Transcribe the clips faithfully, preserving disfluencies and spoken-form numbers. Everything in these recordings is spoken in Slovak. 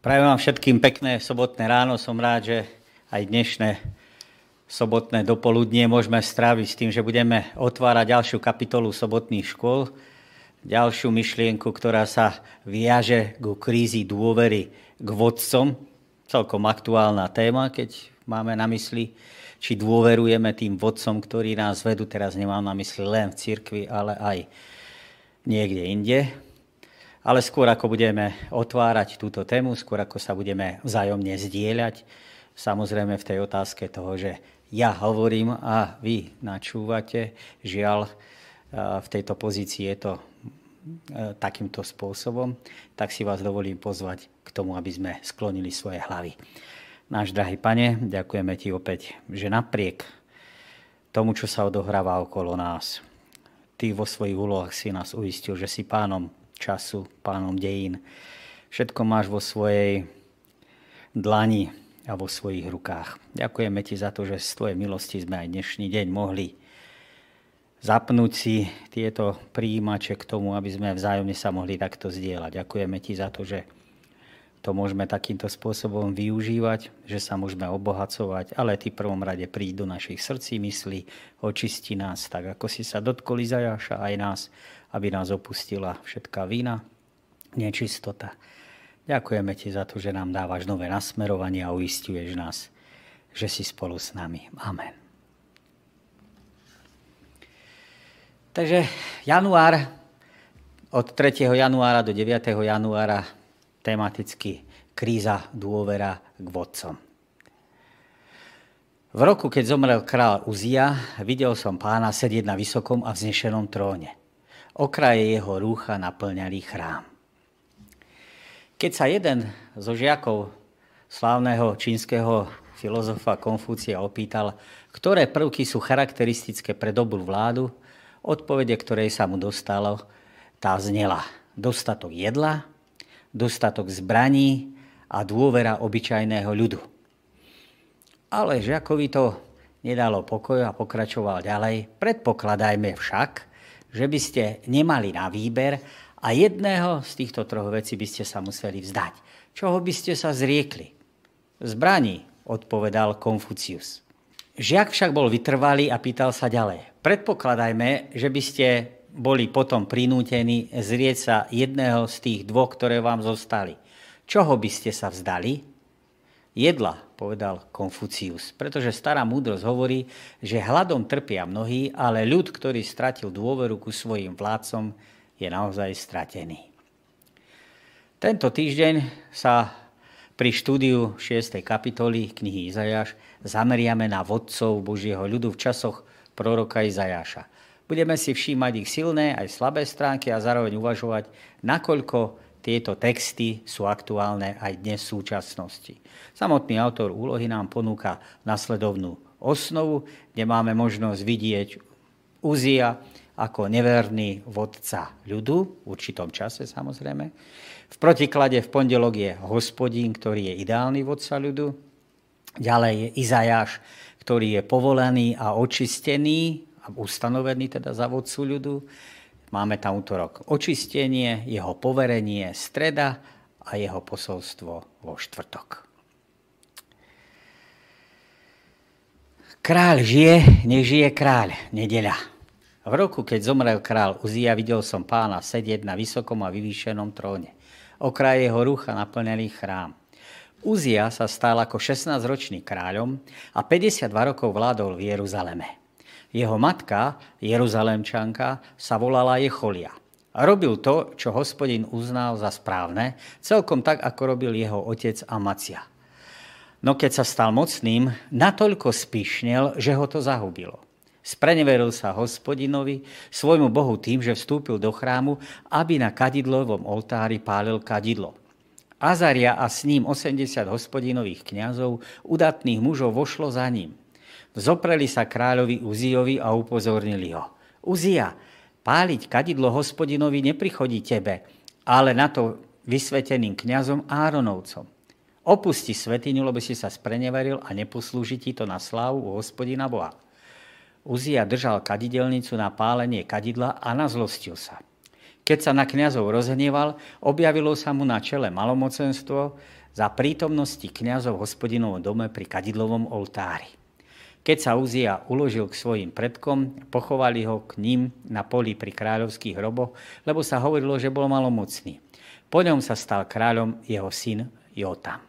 Prajem vám všetkým pekné sobotné ráno. Som rád, že aj dnešné sobotné dopoludnie môžeme stráviť s tým, že budeme otvárať ďalšiu kapitolu sobotných škôl, ďalšiu myšlienku, ktorá sa viaže ku krízi dôvery k vodcom. Celkom aktuálna téma, keď máme na mysli, či dôverujeme tým vodcom, ktorí nás vedú. Teraz nemám na mysli len v cirkvi, ale aj niekde inde. Ale skôr ako budeme otvárať túto tému, skôr ako sa budeme vzájomne zdieľať, samozrejme v tej otázke toho, že ja hovorím a vy načúvate, žiaľ v tejto pozícii je to takýmto spôsobom, tak si vás dovolím pozvať k tomu, aby sme sklonili svoje hlavy. Náš drahý Pane, ďakujeme Ti opäť, že napriek tomu, čo sa odohráva okolo nás, Ty vo svojich úlohách si nás uistil, že si pánom času, pánom dejín. Všetko máš vo svojej dlani a vo svojich rukách. Ďakujeme Ti za to, že z Tvojej milosti sme aj dnešný deň mohli zapnúť si tieto prijímače k tomu, aby sme vzájomne sa mohli takto zdieľať. Ďakujeme Ti za to, že to môžeme takýmto spôsobom využívať, že sa môžeme obohacovať, ale Ty v prvom rade príď do našich srdcí, myslí, očisti nás, tak ako si sa dotkol Izajáša aj nás, aby nás opustila všetká vina, nečistota. Ďakujeme Ti za to, že nám dávaš nové nasmerovanie a uisťuješ nás, že si spolu s nami. Amen. Takže január, od tretieho januára do deviateho januára, tematicky kríza dôvera k vodcom. V roku, keď zomrel kráľ Uzia, videl som pána sedieť na vysokom a vznešenom tróne. Okraje jeho rúcha naplňali chrám. Keď sa jeden zo žiakov slávneho čínskeho filozofa Konfúcia opýtal, ktoré prvky sú charakteristické pre dobrú vládu, odpovede, ktorej sa mu dostalo, tá znela: dostatok jedla, dostatok zbraní a dôvera obyčajného ľudu. Ale žiakovi to nedalo pokoj a pokračoval ďalej. Predpokladajme však, že by ste nemali na výber a jedného z týchto troch vecí by ste sa museli vzdať. Čoho by ste sa zriekli? Zbraní, odpovedal Konfucius. Žiak však bol vytrvalý a pýtal sa ďalej. Predpokladajme, že by ste boli potom prinútení zrieť sa jedného z tých dvoch, ktoré vám zostali. Čoho by ste sa vzdali? Jedla, povedal Konfucius, pretože stará múdrosť hovorí, že hladom trpia mnohí, ale ľud, ktorý stratil dôveru ku svojim vládcom, je naozaj stratený. Tento týždeň sa pri štúdiu šiestej kapitoly knihy Izajáš zameriame na vodcov Božieho ľudu v časoch proroka Izajáša. Budeme si všímať ich silné aj slabé stránky a zároveň uvažovať, nakoľko tieto texty sú aktuálne aj dnes v súčasnosti. Samotný autor úlohy nám ponúka nasledovnú osnovu, kde máme možnosť vidieť Uzia ako neverný vodca ľudu, v určitom čase samozrejme. V protiklade v pondelok je Hospodín, ktorý je ideálny vodca ľudu. Ďalej je Izajáš, ktorý je povolený a očistený, a ustanovený teda za vodcu ľudu. Máme tam útorok očistenie, jeho poverenie streda a jeho posolstvo vo štvrtok. Kráľ žije, nech žije kráľ, nedeľa. V roku, keď zomrel kráľ Uzia, videl som pána sedieť na vysokom a vyvýšenom tróne. Okraje jeho rúcha naplnili chrám. Uzia sa stal ako šestnásťročný kráľom a päťdesiatdva rokov vládol v Jeruzaleme. Jeho matka, Jeruzalemčanka, sa volala Jecholia. A robil to, čo Hospodin uznal za správne, celkom tak, ako robil jeho otec Amacia. No keď sa stal mocným, natoľko spíšnel, že ho to zahubilo. Spreneveril sa Hospodinovi, svojmu Bohu tým, že vstúpil do chrámu, aby na kadidlovom oltári pálil kadidlo. Azaria a s ním osemdesiat Hospodinových kňazov, udatných mužov, vošlo za ním. Vzopreli sa kráľovi Uziovi a upozornili ho. Uzia, páliť kadidlo Hospodinovi neprichodí tebe, ale na to vysveteným kňazom Áronovcom. Opusti svätyňu, lebo si sa spreneveril a neposlúži ti to na slávu u Hospodina Boha. Uzia držal kadidelnicu na pálenie kadidla a nazlostil sa. Keď sa na kňazov rozhneval, objavilo sa mu na čele malomocenstvo za prítomnosti kňazov v Hospodinovom dome pri kadidlovom oltári. Keď sa Uzia uložil k svojim predkom, pochovali ho k ním na poli pri kráľovských hroboch, lebo sa hovorilo, že bol malomocný. Po ňom sa stal kráľom jeho syn Jotam.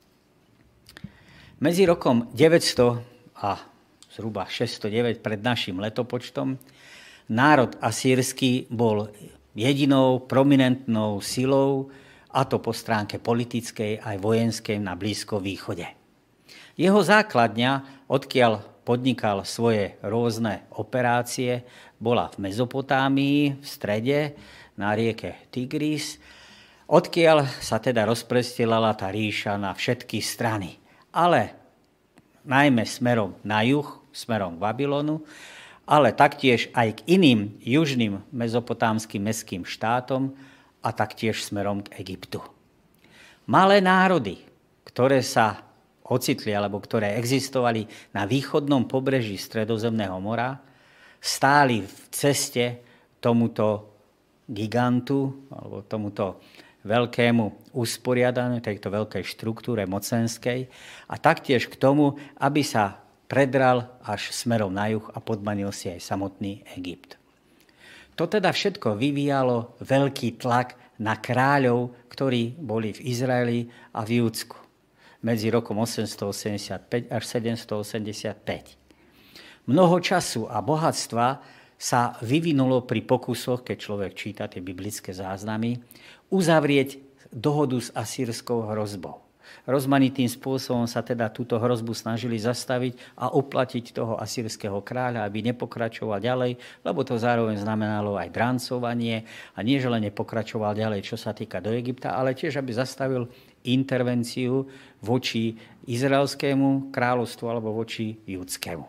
Medzi rokom deväťsto a zhruba šesťstodeväť pred našim letopočtom národ asýrsky bol jedinou prominentnou silou, a to po stránke politickej aj vojenskej na Blízkom východe. Jeho základňa, odkiaľ podnikal svoje rôzne operácie, bola v Mezopotámii, v strede, na rieke Tigris, odkiaľ sa teda rozprestielala tá ríša na všetky strany. Ale najmä smerom na juh, smerom k Babylonu, ale taktiež aj k iným južným mezopotámskym mestským štátom a taktiež smerom k Egyptu. Malé národy, ktoré sa ocitli, alebo ktoré existovali na východnom pobreží Stredozemného mora, stáli v ceste tomuto gigantu, alebo tomuto veľkému usporiadaniu, tejto veľkej štruktúre mocenskej a taktiež k tomu, aby sa predral až smerom na juh a podmanil si aj samotný Egypt. To teda všetko vyvíjalo veľký tlak na kráľov, ktorí boli v Izraeli a v Júdsku medzi rokom osemstoosemdesiatpäť až sedemstoosemdesiatpäť. Mnoho času a bohatstva sa vyvinulo pri pokusoch, keď človek číta tie biblické záznamy, uzavrieť dohodu s asýrskou hrozbou. Rozmanitým spôsobom sa teda túto hrozbu snažili zastaviť a oplatiť toho asýrskeho kráľa, aby nepokračoval ďalej, lebo to zároveň znamenalo aj drancovanie a nie, že len nepokračoval ďalej, čo sa týka do Egypta, ale tiež, aby zastavil intervenciu voči izraelskému kráľovstvu alebo voči júdskému.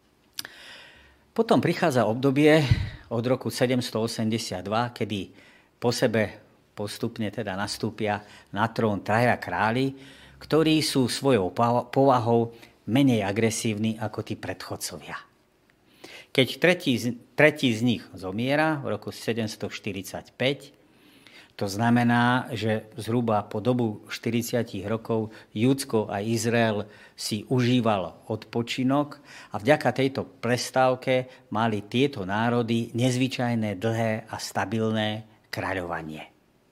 Potom prichádza obdobie od roku sedemstoosemdesiatdva, kedy po sebe postupne teda nastúpia na trón traja králi, ktorí sú svojou povahou menej agresívni ako tí predchodcovia. Keď tretí z, tretí z nich zomiera v roku sedemstoštyridsaťpäť, to znamená, že zhruba po dobu štyridsať rokov Júdsko a Izrael si užíval odpočinok a vďaka tejto prestávke mali tieto národy nezvyčajné, dlhé a stabilné kráľovanie.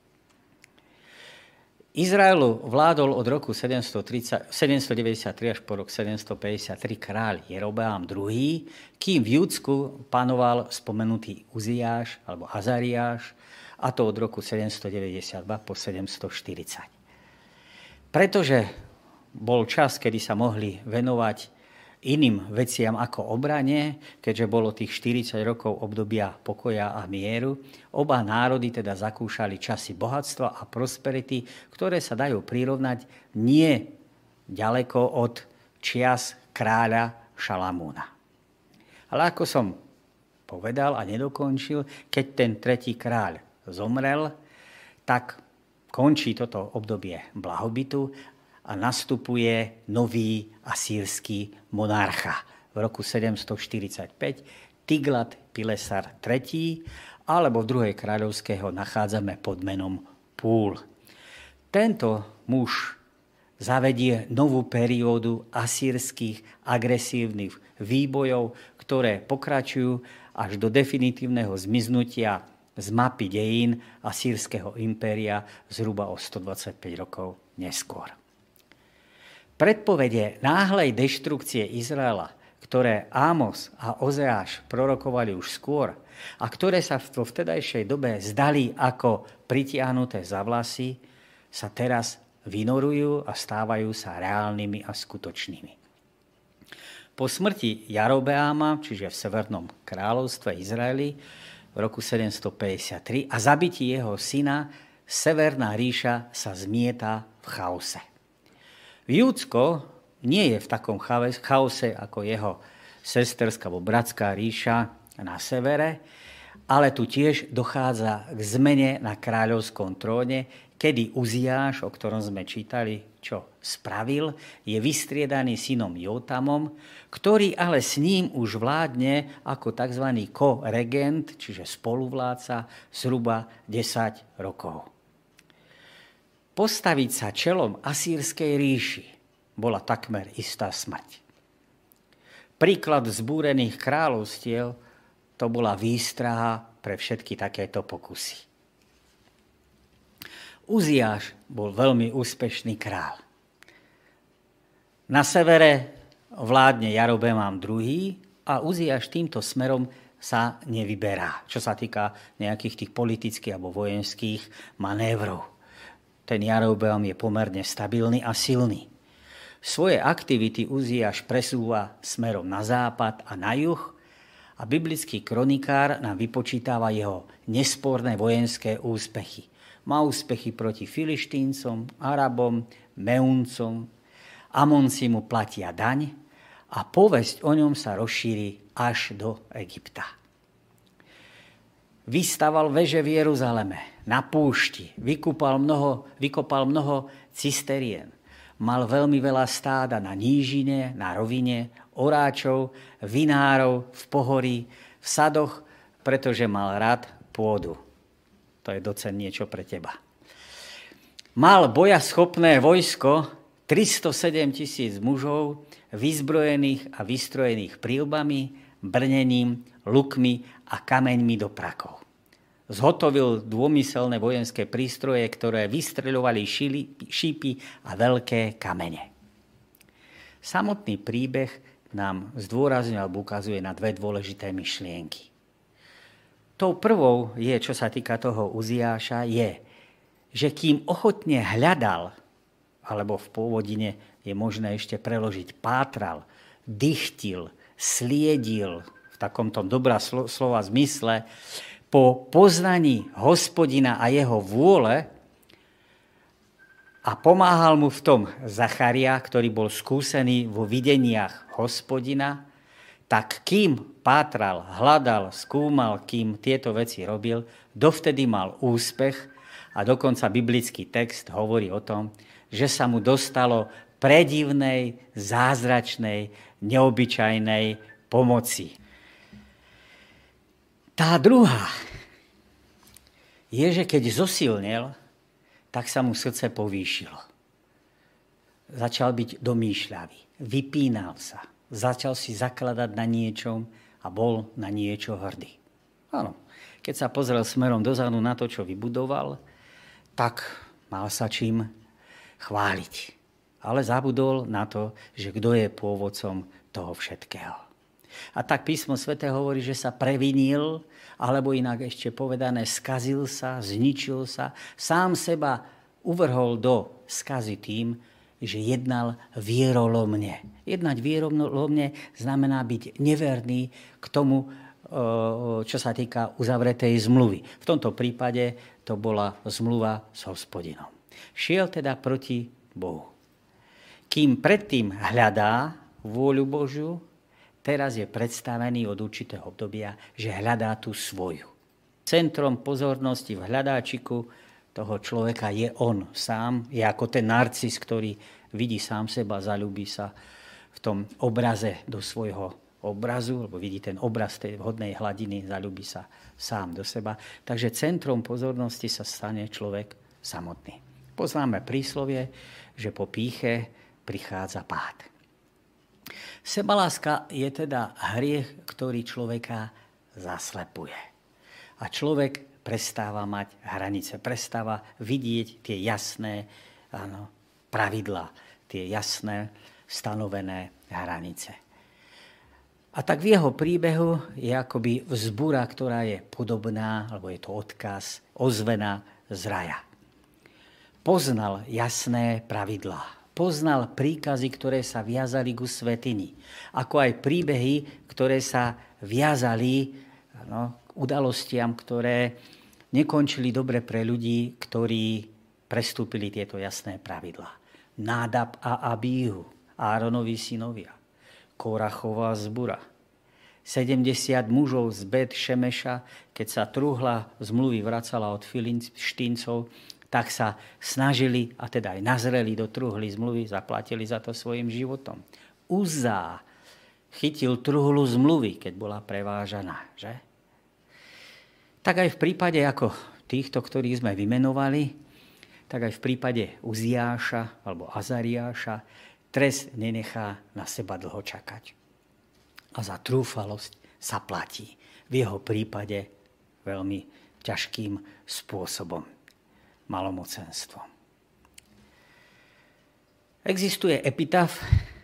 Izraelu vládol od roku sedemstodeväťdesiattri až po rok sedemstopäťdesiattri kráľ Jerobeám druhý, kým v Júdsku panoval spomenutý Uziáš alebo Azariáš, a to od roku sedemstodeväťdesiatdva po sedemstoštyridsať. Pretože bol čas, kedy sa mohli venovať iným veciam ako obrane, keďže bolo tých štyridsať rokov obdobia pokoja a mieru, oba národy teda zakúšali časy bohatstva a prosperity, ktoré sa dajú prirovnať nie ďaleko od čias kráľa Šalamúna. Ale ako som povedal a nedokončil, keď ten tretí kráľ zomrel, tak končí toto obdobie blahobytu a nastupuje nový asýrsky monarcha. V roku sedemstoštyridsaťpäť Tiglat-Pilesar tretí, alebo v druhej kráľovského nachádzame pod menom Púl. Tento muž zavedie novú periódu asýrskych agresívnych výbojov, ktoré pokračujú až do definitívneho zmiznutia z mapy dejín asýrskeho impéria zhruba o stodvadsaťpäť rokov neskôr. Predpovede náhlej deštrukcie Izraela, ktoré Ámos a Ozeáš prorokovali už skôr a ktoré sa vo vtedajšej dobe zdali ako pritiahnuté za vlasy, sa teraz vynorujú a stávajú sa reálnymi a skutočnými. Po smrti Jarobeáma, čiže v Severnom kráľovstve Izraeli, v roku sedemstopäťdesiattri a zabití jeho syna, Severná ríša sa zmieta v chaose. Júdsko nie je v takom chaose ako jeho sesterská alebo bratská ríša na severe, ale tu tiež dochádza k zmene na kráľovskom tróne, keď kedy Uziáš, o ktorom sme čítali, čo spravil, je vystriedaný synom Jótamom, ktorý ale s ním už vládne ako tzv. Koregent, čiže spoluvládca, zhruba desať rokov. Postaviť sa čelom Asýrskej ríši bola takmer istá smrť. Príklad zbúrených kráľovstiev to bola výstraha pre všetky takéto pokusy. Uziáš bol veľmi úspešný kráľ. Na severe vládne Jarobám druhý. a Uziáš týmto smerom sa nevyberá, čo sa týka nejakých tých politických alebo vojenských manévrov. Ten Jarobám je pomerne stabilný a silný. Svoje aktivity Uziáš presúva smerom na západ a na juh a biblický kronikár nám vypočítava jeho nesporné vojenské úspechy. Má úspechy proti Filištíncom, Arabom, Meuncom, Amonci mu platia daň a povesť o ňom sa rozšíri až do Egypta. Vystaval veže v Jeruzaleme, na púšti, vykopal mnoho, vykopal mnoho cisterien. Mal veľmi veľa stáda na nížine, na rovine, oráčov, vinárov v pohorí, v sadoch, pretože mal rád pôdu. To je docen niečo pre teba. Mal bojaschopné vojsko, tristosedem tisíc mužov, vyzbrojených a vystrojených prílbami, brnením, lukmi a kameňmi do prakov. Zhotovil dômyselné vojenské prístroje, ktoré vystreľovali šípy a veľké kamene. Samotný príbeh nám zdôrazňuje alebo ukazuje na dve dôležité myšlienky. Tou prvou je, čo sa týka toho Uziáša, je, že kým ochotne hľadal, alebo v pôvodine je možné ešte preložiť pátral, dychtil, sliedil, v takomto dobrá slo- slova zmysle, po poznaní Hospodina a jeho vôle a pomáhal mu v tom Zacharia, ktorý bol skúsený vo videniach Hospodina, tak kým pátral, hľadal, skúmal, kým tieto veci robil, dovtedy mal úspech a dokonca biblický text hovorí o tom, že sa mu dostalo predivnej, zázračnej, neobyčajnej pomoci. Tá druhá je, že keď zosilnil, tak sa mu srdce povýšilo. Začal byť domýšľavý, vypínal sa, začal si zakladať na niečom a bol na niečo hrdý. Áno, keď sa pozrel smerom dozadu na to, čo vybudoval, tak mal sa čím chváliť. Ale zabudol na to, že kto je pôvodcom toho všetkého. A tak písmo sväté hovorí, že sa previnil, alebo inak ešte povedané, skazil sa, zničil sa, sám seba uvrhol do skazy tým, že jednal vierolomne. Jednať vierolomne znamená byť neverný k tomu, čo sa týka uzavretej zmluvy. V tomto prípade to bola zmluva s Hospodinom. Šiel teda proti Bohu. Kým predtým hľadá vôľu Božiu, teraz je predstavený od určitého obdobia, že hľadá tú svoju. Centrom pozornosti v hľadáčiku toho človeka je on sám, je ako ten narcis, ktorý vidí sám seba, zaľúbi sa v tom obraze do svojho obrazu, lebo vidí ten obraz tej vhodnej hladiny, zaľúbi sa sám do seba. Takže centrom pozornosti sa stane človek samotný. Poznáme príslovie, že po pýche prichádza pád. Sebaláska je teda hriech, ktorý človeka zaslepuje. A človek prestáva mať hranice, prestáva vidieť tie jasné áno, pravidlá, tie jasné stanovené hranice. A tak v jeho príbehu je akoby vzbúra, ktorá je podobná, alebo je to odkaz, ozvena z raja. Poznal jasné pravidlá. Poznal príkazy, ktoré sa viazali ku svätyni, ako aj príbehy, ktoré sa viazali no, k udalostiam, ktoré nekončili dobre pre ľudí, ktorí prestúpili tieto jasné pravidlá. Nádab a Abíhu, Áronovi synovia, Korachová zbura, sedemdesiat mužov z Bet Šemeša, keď sa truhla zmluvy vracala od Filištíncov, tak sa snažili, a teda aj nazreli do truhly zmluvy, zaplatili za to svojim životom. Uzá chytil truhlu zmluvy, keď bola prevážaná, že? Tak aj v prípade ako týchto, ktorých sme vymenovali, tak aj v prípade Uziáša alebo Azariáša trest nenechá na seba dlho čakať. A za trúfalosť sa platí. V jeho prípade veľmi ťažkým spôsobom. Malomocenstvo. Existuje epitaf,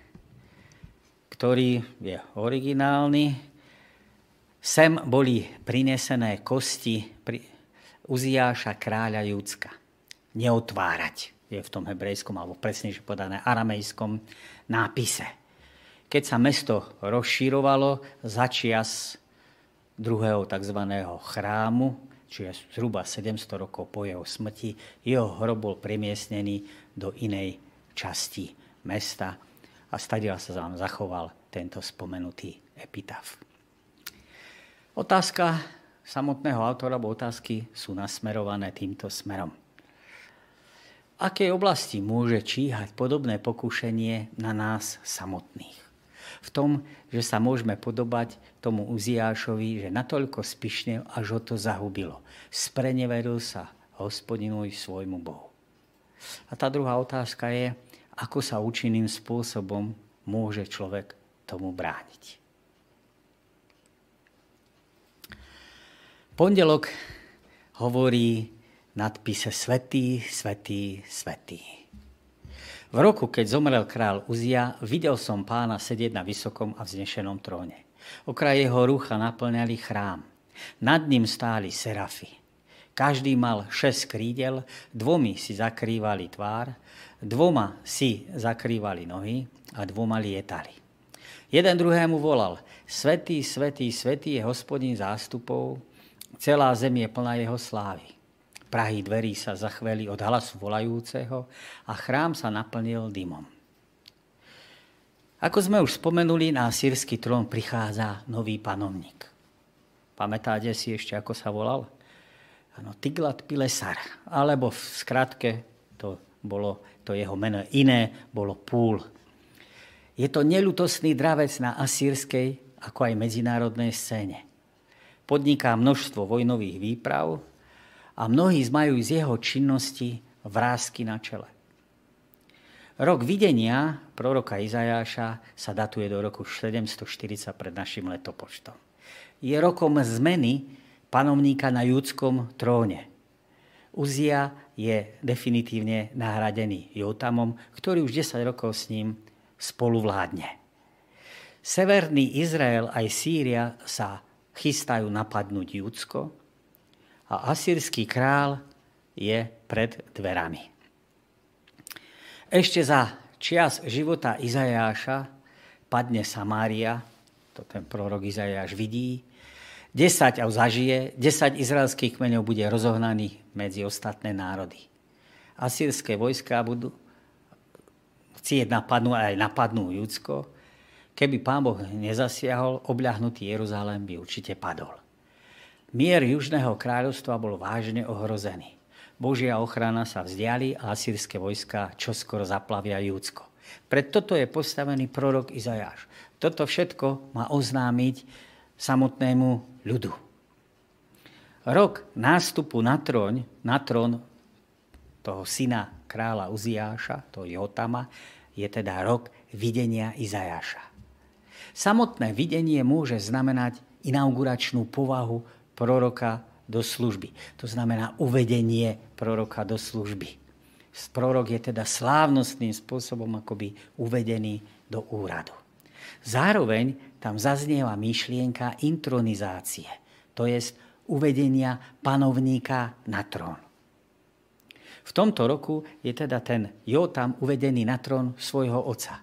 ktorý je originálny. Sem boli prinesené kosti Uziáša kráľa Júdska. Neotvárať je v tom hebrejskom, alebo presnejšie podané aramejskom nápise. Keď sa mesto rozširovalo začias druhého tzv. Chrámu, čiže zhruba sedemsto rokov po jeho smrti, jeho hrob bol premiestnený do inej časti mesta a stadiaľ sa vám zachoval tento spomenutý epitaf. Otázka samotného autora, alebo otázky sú nasmerované týmto smerom. V akej oblasti môže číhať podobné pokušenie na nás samotných? V tom, že sa môžeme podobať tomu Uziášovi, že natoľko spišnel, až ho to zahubilo. Spreneveril sa Hospodinovi svojmu Bohu. A tá druhá otázka je, ako sa účinným spôsobom môže človek tomu brániť. Pondelok hovorí nadpise Svätý, svätý, svätý. V roku, keď zomrel král Uzia, videl som Pána sedieť na vysokom a vznešenom tróne. Okraj jeho rúcha naplňali chrám. Nad ním stáli serafy. Každý mal šesť krídel, dvomi si zakrývali tvár, dvoma si zakrývali nohy a dvoma lietali. Jeden druhému volal: Svätý, svätý, svätý je Hospodin zástupov, celá zem je plná jeho slávy. Prahy dverí sa zachveli od hlasu volajúceho a chrám sa naplnil dymom. Ako sme už spomenuli, na asýrsky trón prichádza nový panovník. Pamätáte si ešte, ako sa volal? Áno, Tiglat-Pilesar, alebo v skratke to bolo to jeho meno iné, bolo Púl. Je to neľutostný dravec na asýrskej, ako aj medzinárodnej scéne. Podniká množstvo vojnových výprav a mnohí majú z jeho činnosti vrásky na čele. Rok videnia proroka Izajáša sa datuje do roku sedemstoštyridsať pred našim letopočtom. Je rokom zmeny panovníka na júdskom tróne. Uzia je definitívne nahradený Jótamom, ktorý už desať rokov s ním spoluvládne. Severný Izrael aj Sýria sa chystajú napadnúť Júdsko a asýrsky král je pred dverami. Ešte za čias života Izajáša padne Samária, to ten prorok Izajáš vidí, desať a zažije, desať izraelských kmeňov bude rozohnaných medzi ostatné národy. Asýrske vojská budú chcieť napadnúť, aj napadnú Júdsko. Keby Pán Boh nezasiahol, obľahnutý Jeruzalém by určite padol. Mier južného kráľovstva bol vážne ohrozený. Božia ochrana sa vzdiali a asýrske vojska čoskoro zaplavia Júdsko. Pred toto je postavený prorok Izajáš. Toto všetko má oznámiť samotnému ľudu. Rok nástupu na trón, na trón toho syna kráľa Uziáša, toho Jótama, je teda rok videnia Izajáša. Samotné videnie môže znamenať inauguračnú povahu proroka do služby. To znamená uvedenie proroka do služby. Prorok je teda slávnostným spôsobom akoby uvedený do úradu. Zároveň tam zaznieva myšlienka intronizácie, to jest uvedenia panovníka na trón. V tomto roku je teda ten Jótam uvedený na trón svojho otca.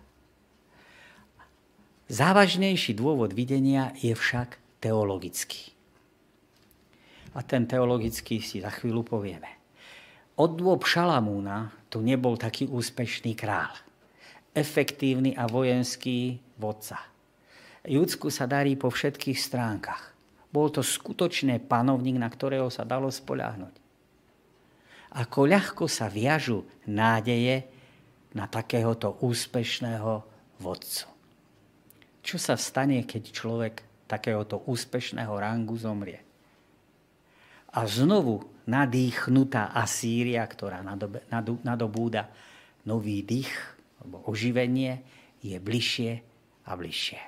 Závažnejší dôvod videnia je však teologický. A ten teologický si za chvíľu povieme. Od dôb Šalamúna tu nebol taký úspešný král. Efektívny a vojenský vodca. Júdsku sa darí po všetkých stránkach. Bol to skutočný panovník, na ktorého sa dalo spoľahnúť. Ako ľahko sa viažu nádeje na takéhoto úspešného vodcu. Čo sa stane, keď človek takéhoto úspešného rangu zomrie? A znovu nadýchnutá Asýria, ktorá nadobúda nový dých, alebo oživenie, je bližšie a bližšie.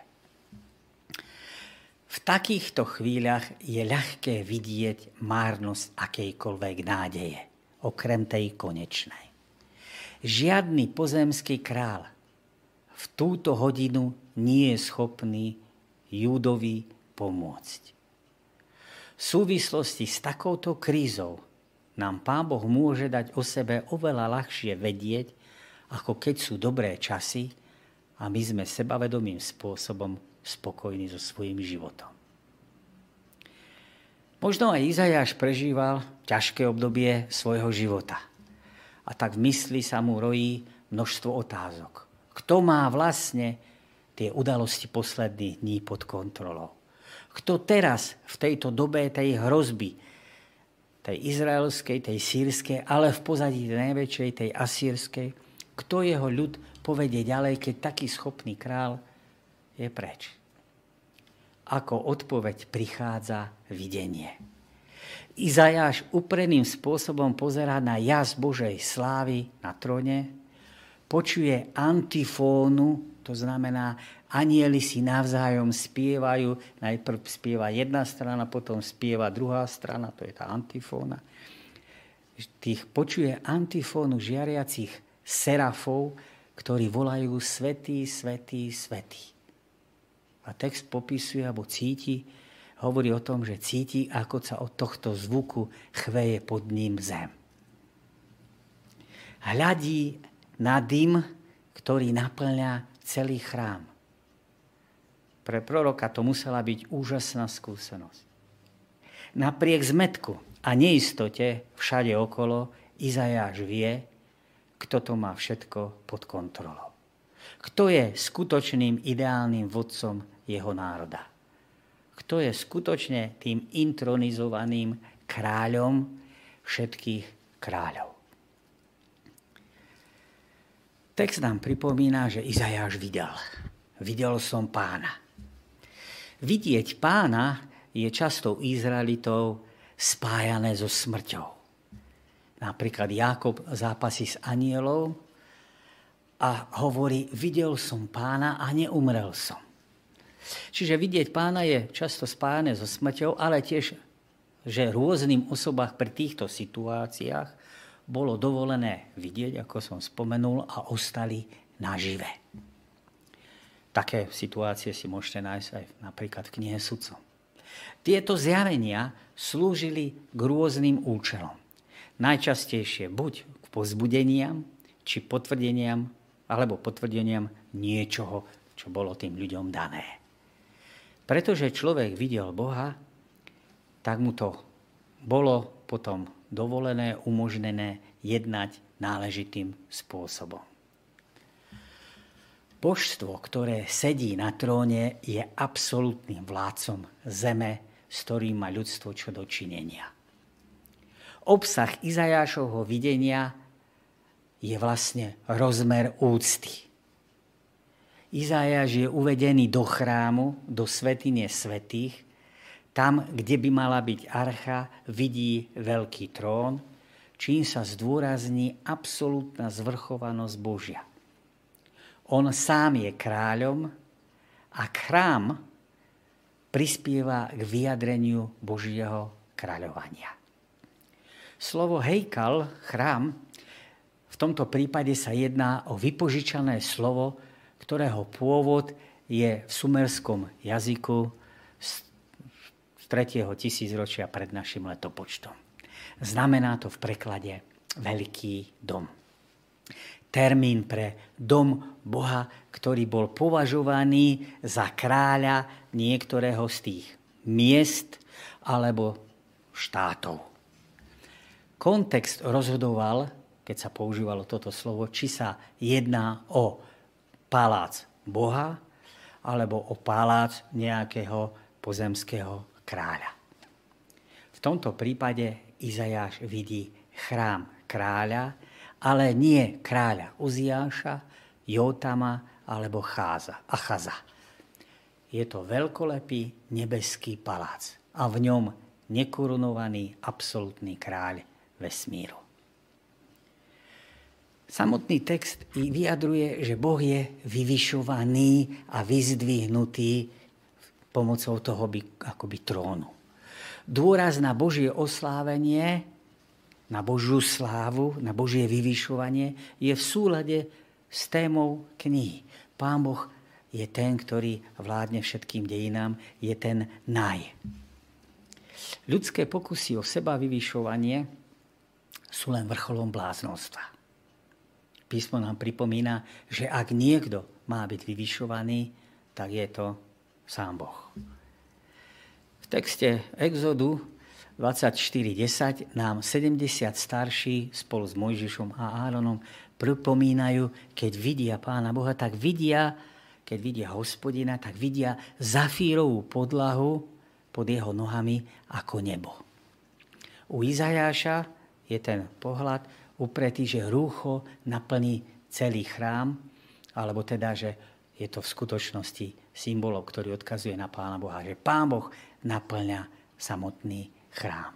V takýchto chvíľach je ľahké vidieť márnosť akejkoľvek nádeje, okrem tej konečnej. Žiadny pozemský král v túto hodinu nie je schopný Júdovi pomôcť. V súvislosti s takouto krízou nám Pán Boh môže dať o sebe oveľa ľahšie vedieť, ako keď sú dobré časy a my sme sebavedomým spôsobom spokojní so svojím životom. Možno aj Izajáš prežíval ťažké obdobie svojho života. A tak v mysli sa mu rojí množstvo otázok. Kto má vlastne tie udalosti posledných dní pod kontrolou? Kto teraz v tejto dobe tej hrozby, tej izraelskej, tej sýrskej, ale v pozadí tej najväčšej, tej asýrskej, kto jeho ľud povedie ďalej, keď taký schopný král je preč? Ako odpoveď prichádza videnie. Izajáš úpreným spôsobom pozerá na jas Božej slávy na tróne, počuje antifónu, to znamená, anjeli si navzájom spievajú, najprv spieva jedna strana, potom spieva druhá strana, to je tá antifóna. Tých počuje antifónu žiariacich serafov, ktorí volajú svätý, svätý, svätý. A text popisuje, alebo cíti, hovorí o tom, že cíti, ako sa od tohto zvuku chveje pod ním zem. Hľadí na dym, ktorý naplňa celý chrám. Pre proroka to musela byť úžasná skúsenosť. Napriek zmätku a neistote všade okolo, Izajáš vie, kto to má všetko pod kontrolou. Kto je skutočným ideálnym vodcom jeho národa? Kto je skutočne tým intronizovaným kráľom všetkých kráľov? Text nám pripomína, že Izajáš videl. Videl som Pána. Vidieť Pána je často u Izraelitov spájané so smrťou. Napríklad Jákob zápasí s anielom a hovorí, videl som Pána a neumrel som. Čiže vidieť Pána je často spájané so smrťou, ale tiež, že rôznym osobách pri týchto situáciách bolo dovolené vidieť, ako som spomenul, a ostali nažive. Také situácie si môžete nájsť aj napríklad v knihe Sudcov. Tieto zjavenia slúžili k rôznym účelom. Najčastejšie buď k povzbudeniam, či potvrdeniam, alebo potvrdeniam niečoho, čo bolo tým ľuďom dané. Pretože človek videl Boha, tak mu to bolo potom dovolené, umožnené jednať náležitým spôsobom. Božstvo, ktoré sedí na tróne, je absolútnym vládcom zeme, s ktorým má ľudstvo čo dočinenia. Obsah Izajášovho videnia je vlastne rozmer úcty. Izajáš je uvedený do chrámu, do svätyne svätých. Tam, kde by mala byť archa, vidí veľký trón, čím sa zdôrazní absolútna zvrchovanosť Božia. On sám je kráľom a chrám prispieva k vyjadreniu Božieho kráľovania. Slovo hejkal, chrám, v tomto prípade sa jedná o vypožičané slovo, ktorého pôvod je v sumerskom jazyku z tretieho tisícročia pred našim letopočtom. Znamená to v preklade veľký dom. Termín pre dom Boha, ktorý bol považovaný za kráľa niektorého z tých miest alebo štátov. Kontext rozhodoval, keď sa používalo toto slovo, či sa jedná o palác Boha alebo o palác nejakého pozemského kráľa. V tomto prípade Izajáš vidí chrám kráľa, ale nie kráľa Uziáša, Jótama alebo Cháza, Achaza. Je to veľkolepý nebeský palác a v ňom nekorunovaný absolútny kráľ vesmíru. Samotný text vyjadruje, že Boh je vyvyšovaný a vyzdvihnutý pomocou toho by, akoby trónu. Dôraz na Božie oslávenie, na Božiu slávu, na Božie vyvyšovanie je v súlade s témou knihy. Pán Boh je ten, ktorý vládne všetkým dejinám, je ten naj. Ľudské pokusy o seba vyvyšovanie sú len vrcholom bláznostva. Písmo nám pripomína, že ak niekto má byť vyvyšovaný, tak je to sám Boh. V texte Exodu dvadsaťštyri desať nám sedemdesiat starší spolu s Mojžišom a Áronom pripomínajú, keď vidia Pána Boha, tak vidia, keď vidia Hospodina, tak vidia zafírovú podlahu pod jeho nohami ako nebo. U Izajáša je ten pohľad upretý, že rúcho naplní celý chrám, alebo teda, že je to v skutočnosti symbolom, ktorý odkazuje na Pána Boha, že Pán Boh naplňa samotný chrám.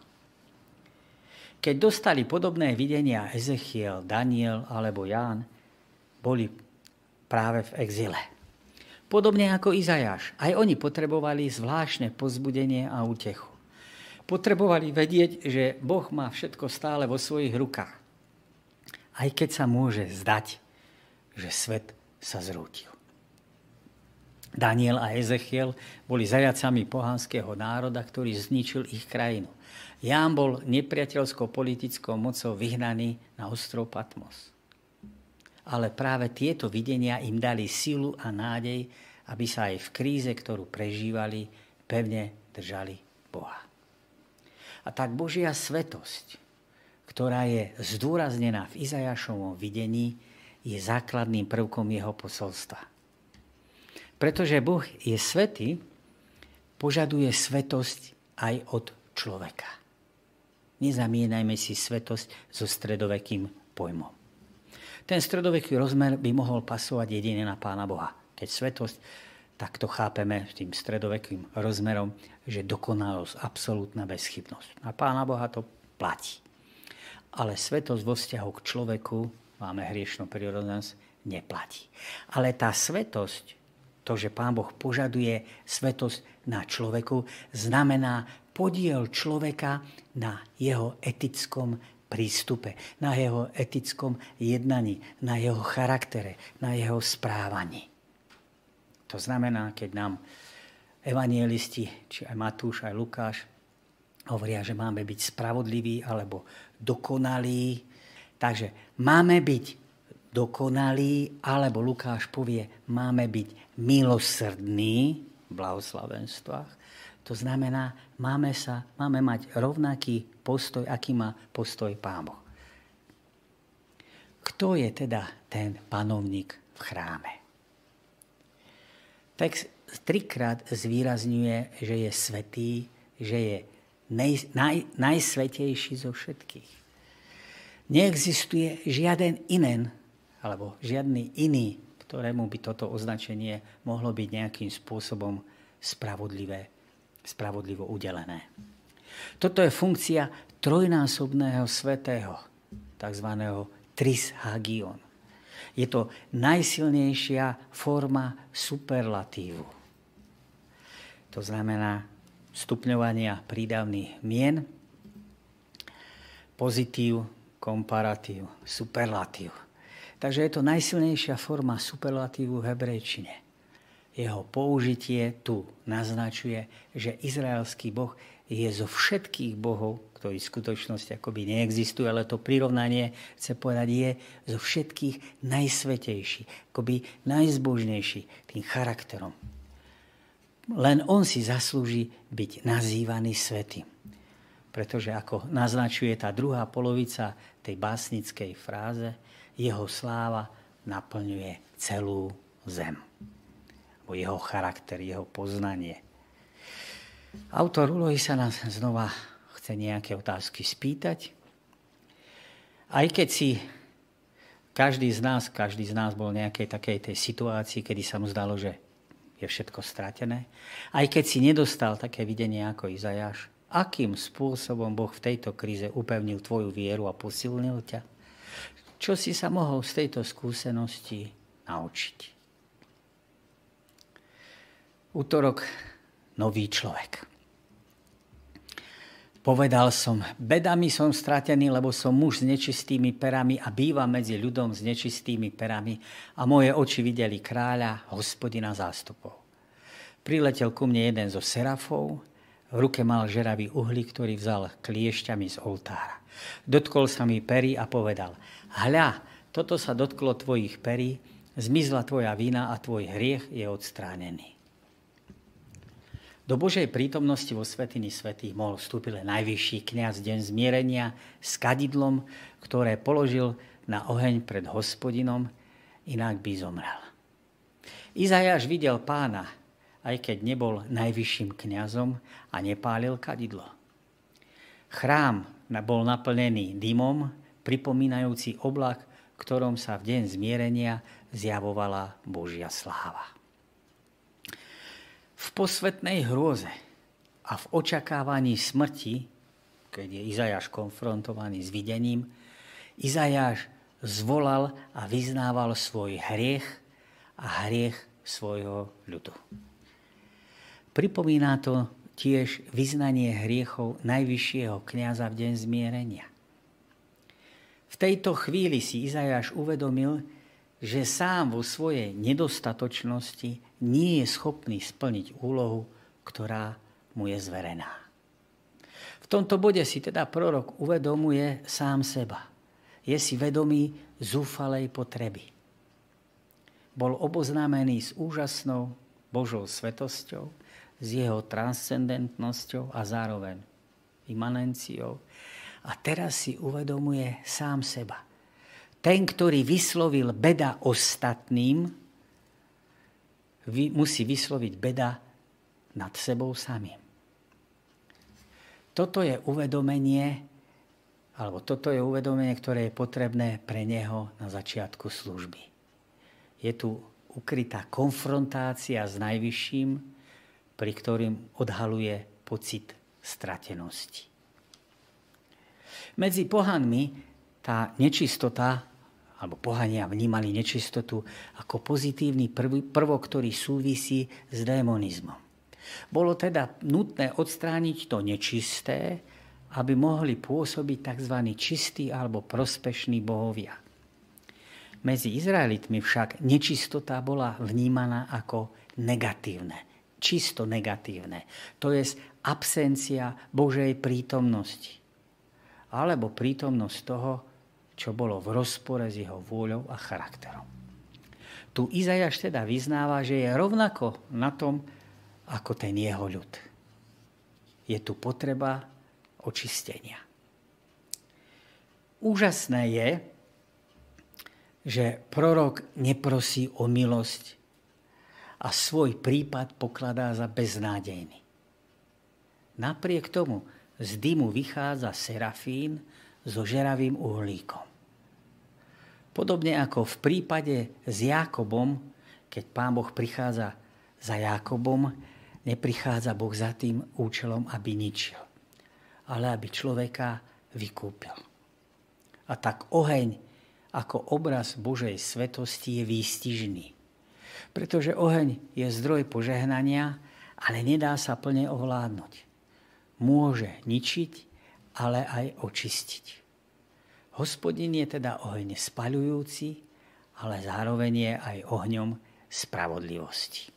Keď dostali podobné videnia Ezechiel, Daniel alebo Ján, boli práve v exile. Podobne ako Izajáš, aj oni potrebovali zvláštne povzbudenie a útechu. Potrebovali vedieť, že Boh má všetko stále vo svojich rukách. Aj keď sa môže zdať, že svet sa zrútil. Daniel a Ezechiel boli zajacami pohanského národa, ktorý zničil ich krajinu. Ján bol nepriateľskou politickou mocou vyhnaný na ostrov Patmos. Ale práve tieto videnia im dali silu a nádej, aby sa aj v kríze, ktorú prežívali, pevne držali Boha. A tak Božia svetosť, ktorá je zdôraznená v Izajášovom videní, je základným prvkom jeho posolstva. Pretože Boh je svätý, požaduje svetosť aj od človeka. Nezamieňajme si svetosť so stredovekým pojmom. Ten stredoveký rozmer by mohol pasovať jedine na Pána Boha. Keď svetosť, tak to chápeme tým stredovekým rozmerom, že dokonalosť, absolútna bezchybnosť. A Pána Boha to platí. Ale svetosť vo vzťahu k človeku, máme hriešnú prirodzenosť, neplatí. Ale tá svetosť, to, že Pán Boh požaduje svetosť na človeku, znamená podiel človeka na jeho etickom prístupe, na jeho etickom jednaní, na jeho charaktere, na jeho správaní. To znamená, keď nám evangelisti, či aj Matúš, aj Lukáš, hovoria, že máme byť spravodliví alebo dokonalí. Takže máme byť dokonalí, alebo Lukáš povie, máme byť milosrdní v blahoslavenstvách. To znamená, máme, sa, máme mať rovnaký postoj, aký má postoj Pán Boh. Kto je teda ten panovník v chráme? Text trikrát zvýrazňuje, že je svätý, že je nej, naj, najsvätejší zo všetkých. Neexistuje žiaden iný, alebo žiadny iný, ktorému by toto označenie mohlo byť nejakým spôsobom spravodlivé, spravodlivo udelené. Toto je funkcia trojnásobného svätého, takzvaného tris hagion. Je to najsilnejšia forma superlatívu. To znamená stupňovania prídavných mien, pozitív, komparatív, superlatív. Takže je to najsilnejšia forma superlatívu v hebrejčine. Jeho použitie tu naznačuje, že izraelský Boh je zo všetkých bohov, ktorí v skutočnosti akoby neexistujú, ale to prirovnanie, chce povedať, je zo všetkých najsvätejší, akoby najzbožnejší tým charakterom. Len on si zaslúži byť nazývaný svätým. Pretože ako naznačuje tá druhá polovica tej básnickej fráze, jeho sláva naplňuje celú zem. O jeho charakter, jeho poznanie. Autor úlohy sa nás znova chce nejaké otázky spýtať. Aj keď si každý z nás, každý z nás bol v nejakej takej tej situácii, kedy sa mu zdalo, že je všetko stratené, aj keď si nedostal také videnie ako Izajáš, akým spôsobom Boh v tejto kríze upevnil tvoju vieru a posilnil ťa? Čo si sa mohol z tejto skúsenosti naučiť? Útorok, nový človek. Povedal som, bedami som stratený, lebo som muž s nečistými perami a bývam medzi ľudom s nečistými perami a moje oči videli kráľa, Hospodina zástupov. Priletel ku mne jeden zo serafov, v ruke mal žeravý uhlík, ktorý vzal kliešťami z oltára. Dotkol sa mi pery a povedal, hľa, toto sa dotklo tvojich perí, zmizla tvoja vina a tvoj hriech je odstránený. Do Božej prítomnosti vo svätyni svätých mohol vstúpiť len najvyšší kňaz deň zmierenia s kadidlom, ktoré položil na oheň pred Hospodinom, inak by zomrel. Izajáš videl Pána, aj keď nebol najvyšším kňazom a nepálil kadidlo. Chrám bol naplnený dymom, pripomínajúci oblak, v ktorom sa v deň zmierenia zjavovala Božia sláva. V posvetnej hrôze a v očakávaní smrti, keď je Izajáš konfrontovaný s videním, Izajáš zvolal a vyznával svoj hriech a hriech svojho ľudu. Pripomína to tiež vyznanie hriechov najvyššieho kňaza v deň zmierenia. V tejto chvíli si Izajáš uvedomil, že sám vo svojej nedostatočnosti nie je schopný splniť úlohu, ktorá mu je zverená. V tomto bode si teda prorok uvedomuje sám seba. Je si vedomý zúfalej potreby. Bol oboznámený s úžasnou Božou svetosťou, s jeho transcendentnosťou a zároveň imanenciou. A teraz si uvedomuje sám seba. Ten, ktorý vyslovil beda ostatným, musí vysloviť beda nad sebou samým. Toto je uvedomenie, alebo toto je uvedomenie, ktoré je potrebné pre neho na začiatku služby. Je tu ukrytá konfrontácia s Najvyšším, pri ktorým odhaluje pocit stratenosti. Medzi pohanmi tá nečistota, alebo pohania vnímali nečistotu ako pozitívny prvok, ktorý súvisí s démonizmom. Bolo teda nutné odstrániť to nečisté, aby mohli pôsobiť tzv. Čistí alebo prospešní bohovia. Medzi Izraelitmi však nečistota bola vnímaná ako negatívne, čisto negatívne. To je absencia Božej prítomnosti. Alebo prítomnosť toho, čo bolo v rozpore s jeho vôľou a charakterom. Tu Izajáš teda vyznáva, že je rovnako na tom, ako ten jeho ľud. Je tu potreba očistenia. Úžasné je, že prorok neprosí o milosť a svoj prípad pokladá za beznádejný. Napriek tomu z dymu vychádza serafín so žeravým uhlíkom. Podobne ako v prípade s Jákobom, keď Pán Boh prichádza za Jákobom, neprichádza Boh za tým účelom, aby ničil, ale aby človeka vykúpil. A tak oheň ako obraz Božej svetosti je výstižný. Pretože oheň je zdroj požehnania, ale nedá sa plne ovládnuť. Môže ničiť, ale aj očistiť. Hospodin je teda oheň spaľujúci, ale zároveň je aj ohňom spravodlivosti.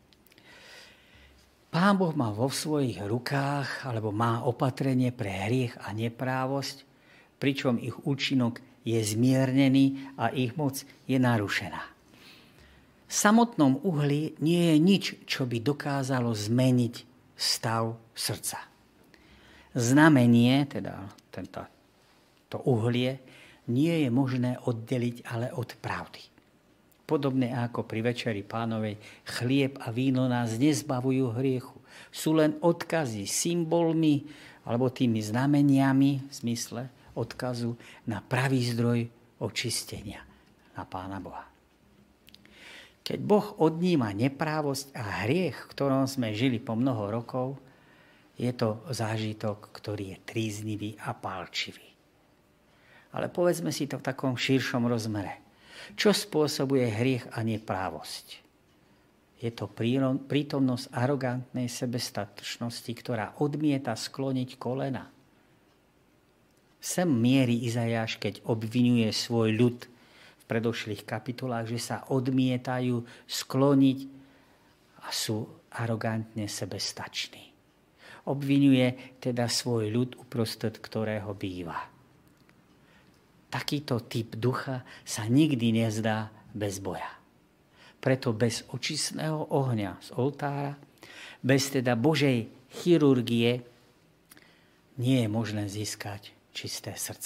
Pán Boh má vo svojich rukách, alebo má opatrenie pre hriech a neprávosť, pričom ich účinok je zmiernený a ich moc je narušená. V samotnom uhli nie je nič, čo by dokázalo zmeniť stav srdca. Znamenie, teda tento, to uhlie, nie je možné oddeliť ale od pravdy. Podobne ako pri Večeri Pánovej, chlieb a víno nás nezbavujú hriechu. Sú len odkazy, symbolmi alebo tými znameniami v zmysle odkazu na pravý zdroj očistenia, na Pána Boha. Keď Boh odníma neprávosť a hriech, v ktorom sme žili po mnoho rokov, je to zážitok, ktorý je tríznivý a pálčivý. Ale povedzme si to v takom širšom rozmere. Čo spôsobuje hriech a neprávosť? Je to prítomnosť arogantnej sebestatočnosti, ktorá odmieta skloniť kolena. Sem mierí Izajáš, keď obvinuje svoj ľud v predošlých kapitolách, že sa odmietajú skloniť a sú arogantne sebestační. Obvinuje teda svoj ľud, uprostred ktorého býva. Takýto typ ducha sa nikdy nezdá bez boja. Preto bez očistného ohňa z oltára, bez teda Božej chirurgie, nie je možné získať čisté srdce.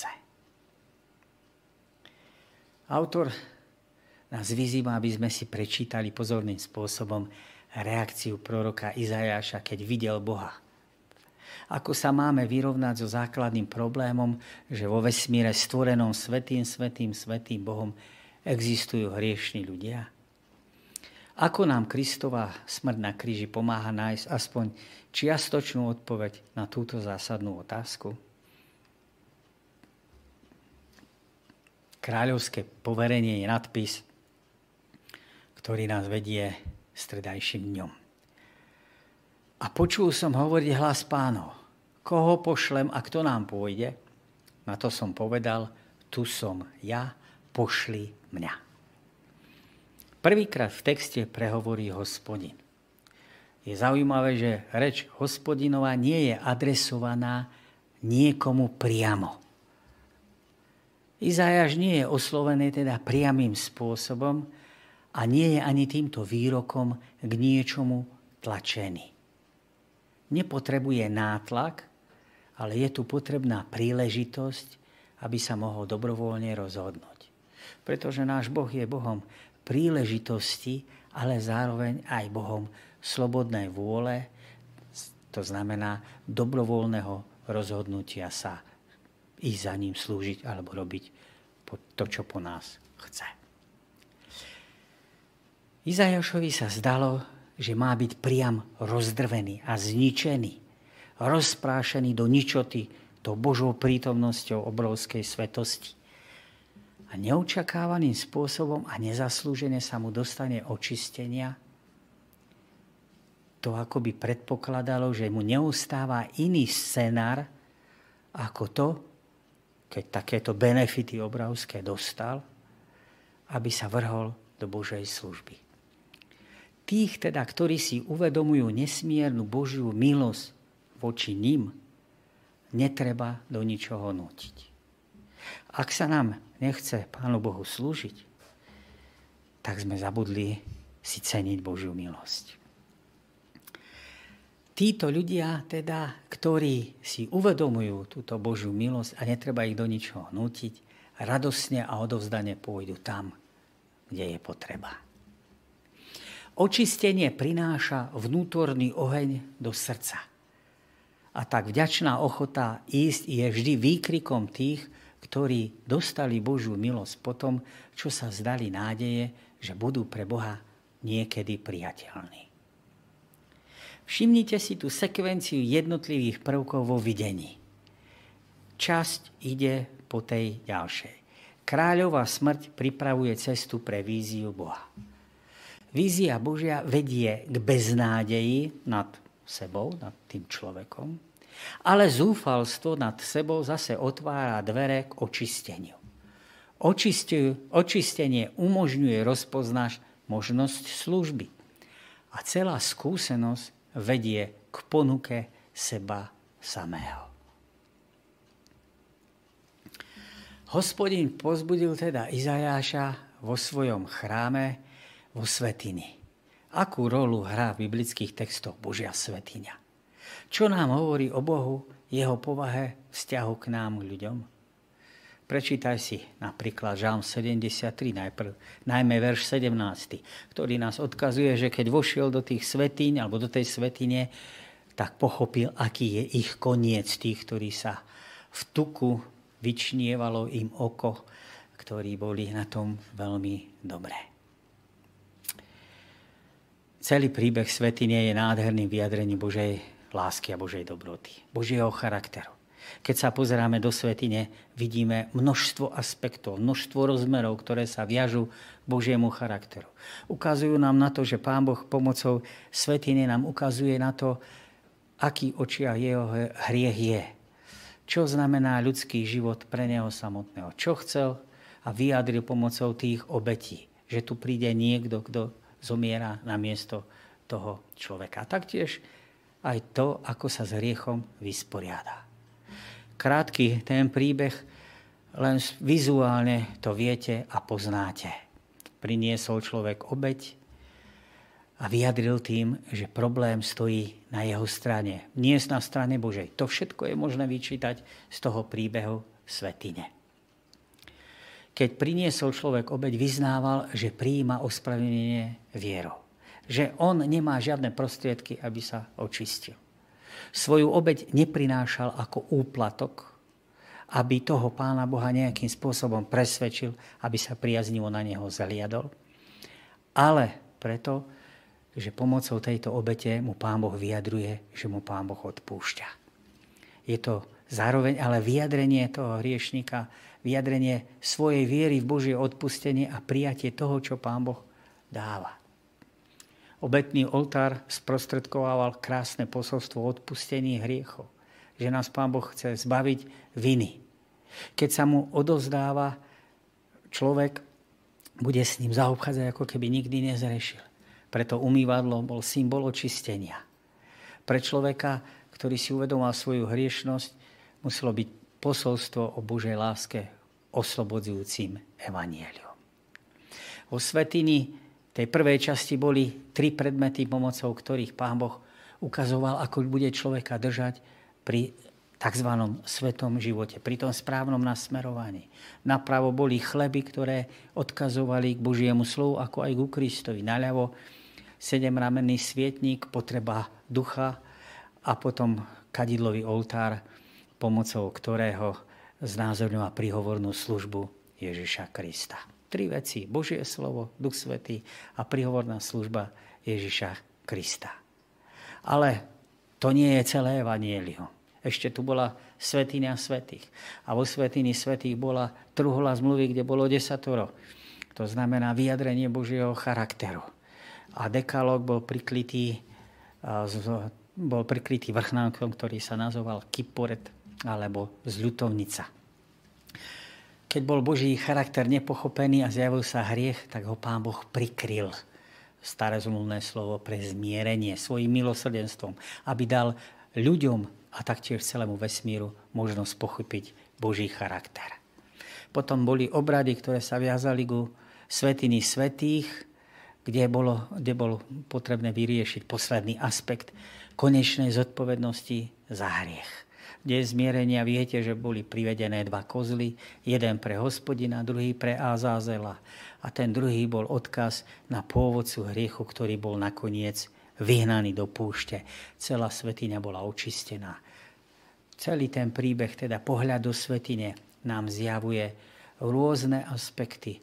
Autor nás vyzýva, aby sme si prečítali pozorným spôsobom reakciu proroka Izajáša, keď videl Boha. Ako sa máme vyrovnať so základným problémom, že vo vesmíre stvorenom svätým, svätým, svätým Bohom existujú hriešni ľudia? Ako nám Kristova smrť na kríži pomáha nájsť aspoň čiastočnú odpoveď na túto zásadnú otázku? Kráľovské poverenie je nadpis, ktorý nás vedie stredajším dňom. A počul som hovoriť hlas Pánov. Koho pošlem a kto nám pôjde? Na to som povedal, tu som ja, pošli mňa. Prvýkrát v texte prehovorí Hospodin. Je zaujímavé, že reč Hospodinova nie je adresovaná niekomu priamo. Izajáš nie je oslovený teda priamým spôsobom a nie je ani týmto výrokom k niečomu tlačený. Nepotrebuje nátlak, ale je tu potrebná príležitosť, aby sa mohol dobrovoľne rozhodnúť. Pretože náš Boh je Bohom príležitosti, ale zároveň aj Bohom slobodnej vôle, to znamená dobrovoľného rozhodnutia sa ísť za ním slúžiť alebo robiť to, čo po nás chce. Izajášovi sa zdalo, že má byť priam rozdrvený a zničený, rozprášený do ničoty, tou Božou prítomnosťou obrovskej svetosti. A neočakávaným spôsobom a nezaslúžene sa mu dostane očistenia. To akoby predpokladalo, že mu neustáva iný scenár ako to, keď takéto benefity obrovské dostal, aby sa vrhol do Božej služby. Tých teda, ktorí si uvedomujú nesmiernu Božiu milosť voči ním, netreba do ničoho nútiť. Ak sa nám nechce Pánu Bohu slúžiť, tak sme zabudli si ceniť Božiu milosť. Títo ľudia, teda, ktorí si uvedomujú túto Božiu milosť a netreba ich do ničoho nútiť, radosne a odovzdane pôjdu tam, kde je potreba. Očistenie prináša vnútorný oheň do srdca. A tak vďačná ochota ísť je vždy výkrikom tých, ktorí dostali Božiu milosť po tom, čo sa zdali nádeje, že budú pre Boha niekedy priateľní. Všimnite si tú sekvenciu jednotlivých prvkov vo videní. Časť ide po tej ďalšej. Kráľová smrť pripravuje cestu pre víziu Boha. Vízia Božia vedie k beznádeji nad sebou, nad tým človekom, ale zúfalstvo nad sebou zase otvára dvere k očisteniu. Očistenie umožňuje rozpoznať možnosť služby. A celá skúsenosť vedie k ponuke seba samého. Hospodin povzbudil teda Izajáša vo svojom chráme, vo svätyni. Akú rolu hrá v biblických textoch Božia svätyňa? Čo nám hovorí o Bohu, jeho povahe, vzťahu k nám, ľuďom? Prečítaj si napríklad Žalm sedemdesiattri, najprv, najmä verš sedemnásty, ktorý nás odkazuje, že keď vošiel do tých svätyň alebo do tej svätyne, tak pochopil, aký je ich koniec tých, ktorí sa v tuku vyčnievalo im oko, ktorí boli na tom veľmi dobré. Celý príbeh svätyne je nádherným vyjadrením Božej lásky a Božej dobroty, Božieho charakteru. Keď sa pozeráme do svätyne, vidíme množstvo aspektov, množstvo rozmerov, ktoré sa viažú k Božiemu charakteru. Ukazujú nám na to, že Pán Boh pomocou svätyne nám ukazuje na to, aký očiach jeho hriech je. Čo znamená ľudský život pre neho samotného. Čo chcel a vyjadril pomocou tých obetí. Že tu príde niekto, kto zomiera na miesto toho človeka. A taktiež aj to, ako sa s hriechom vysporiada. Krátky ten príbeh, len vizuálne to viete a poznáte. Priniesol človek obeť a vyjadril tým, že problém stojí na jeho strane. Nie na strane Božej. To všetko je možné vyčítať z toho príbehu svätyne. Keď priniesol človek obeť, vyznával, že prijíma ospravedlnenie vierou. Že on nemá žiadne prostriedky, aby sa očistil. Svoju obeť neprinášal ako úplatok, aby toho Pána Boha nejakým spôsobom presvedčil, aby sa priaznivo na neho zhliadol. Ale preto, že pomocou tejto obete mu Pán Boh vyjadruje, že mu Pán Boh odpúšťa. Je to zároveň ale vyjadrenie toho hriešnika, vyjadrenie svojej viery v Božie odpustenie a prijatie toho, čo Pán Boh dáva. Obetný oltár sprostredkovával krásne posolstvo o odpustení hriechov, že nás Pán Boh chce zbaviť viny. Keď sa mu odovzdáva, človek bude s ním zaobchádzať, ako keby nikdy nezrešil. Preto umývadlo bol symbol očistenia. Pre človeka, ktorý si uvedomal svoju hriešnosť, muselo byť posolstvo o Božej láske oslobodzujúcim evanjeliom. Vo svätyni tej prvej časti boli tri predmety, pomocou ktorých Pán Boh ukazoval, ako bude človeka držať pri tzv. Svetom živote, pri tom správnom nasmerovaní. Napravo boli chleby, ktoré odkazovali k Božiemu slovu, ako aj ku Kristovi. Naľavo sedemramenný svietnik, potreba ducha a potom kadidlový oltár, pomocou ktorého znázorňoval príhovornú službu Ježiša Krista. Tri veci. Božie slovo, Duch Svätý a príhovorná služba Ježiša Krista. Ale to nie je celé evanjelium. Ešte tu bola svätyňa svätých. A vo svätyni svätých bola truhla zmluvy, kde bolo desatoro. To znamená vyjadrenie Božieho charakteru. A dekalóg bol prikrytý, bol prikrytý vrchnánkom, ktorý sa nazval kiporet alebo zľutovnica. Keď bol Boží charakter nepochopený a zjavil sa hriech, tak ho Pán Boh prikryl. Staré zmluvné slovo pre zmierenie svojím milosrdenstvom, aby dal ľuďom a taktiež celému vesmíru možnosť pochopiť Boží charakter. Potom boli obrady, ktoré sa viazali ku svätyni svätých, kde bolo, kde bolo potrebné vyriešiť posledný aspekt konečnej zodpovednosti za hriech. Kde je zmierenia, viete, že boli privedené dva kozly, jeden pre Hospodina, druhý pre Azázela. A ten druhý bol odkaz na pôvodcu hriechu, ktorý bol nakoniec vyhnaný do púšte. Celá svätyňa bola očistená. Celý ten príbeh, teda pohľad do svätyne, nám zjavuje rôzne aspekty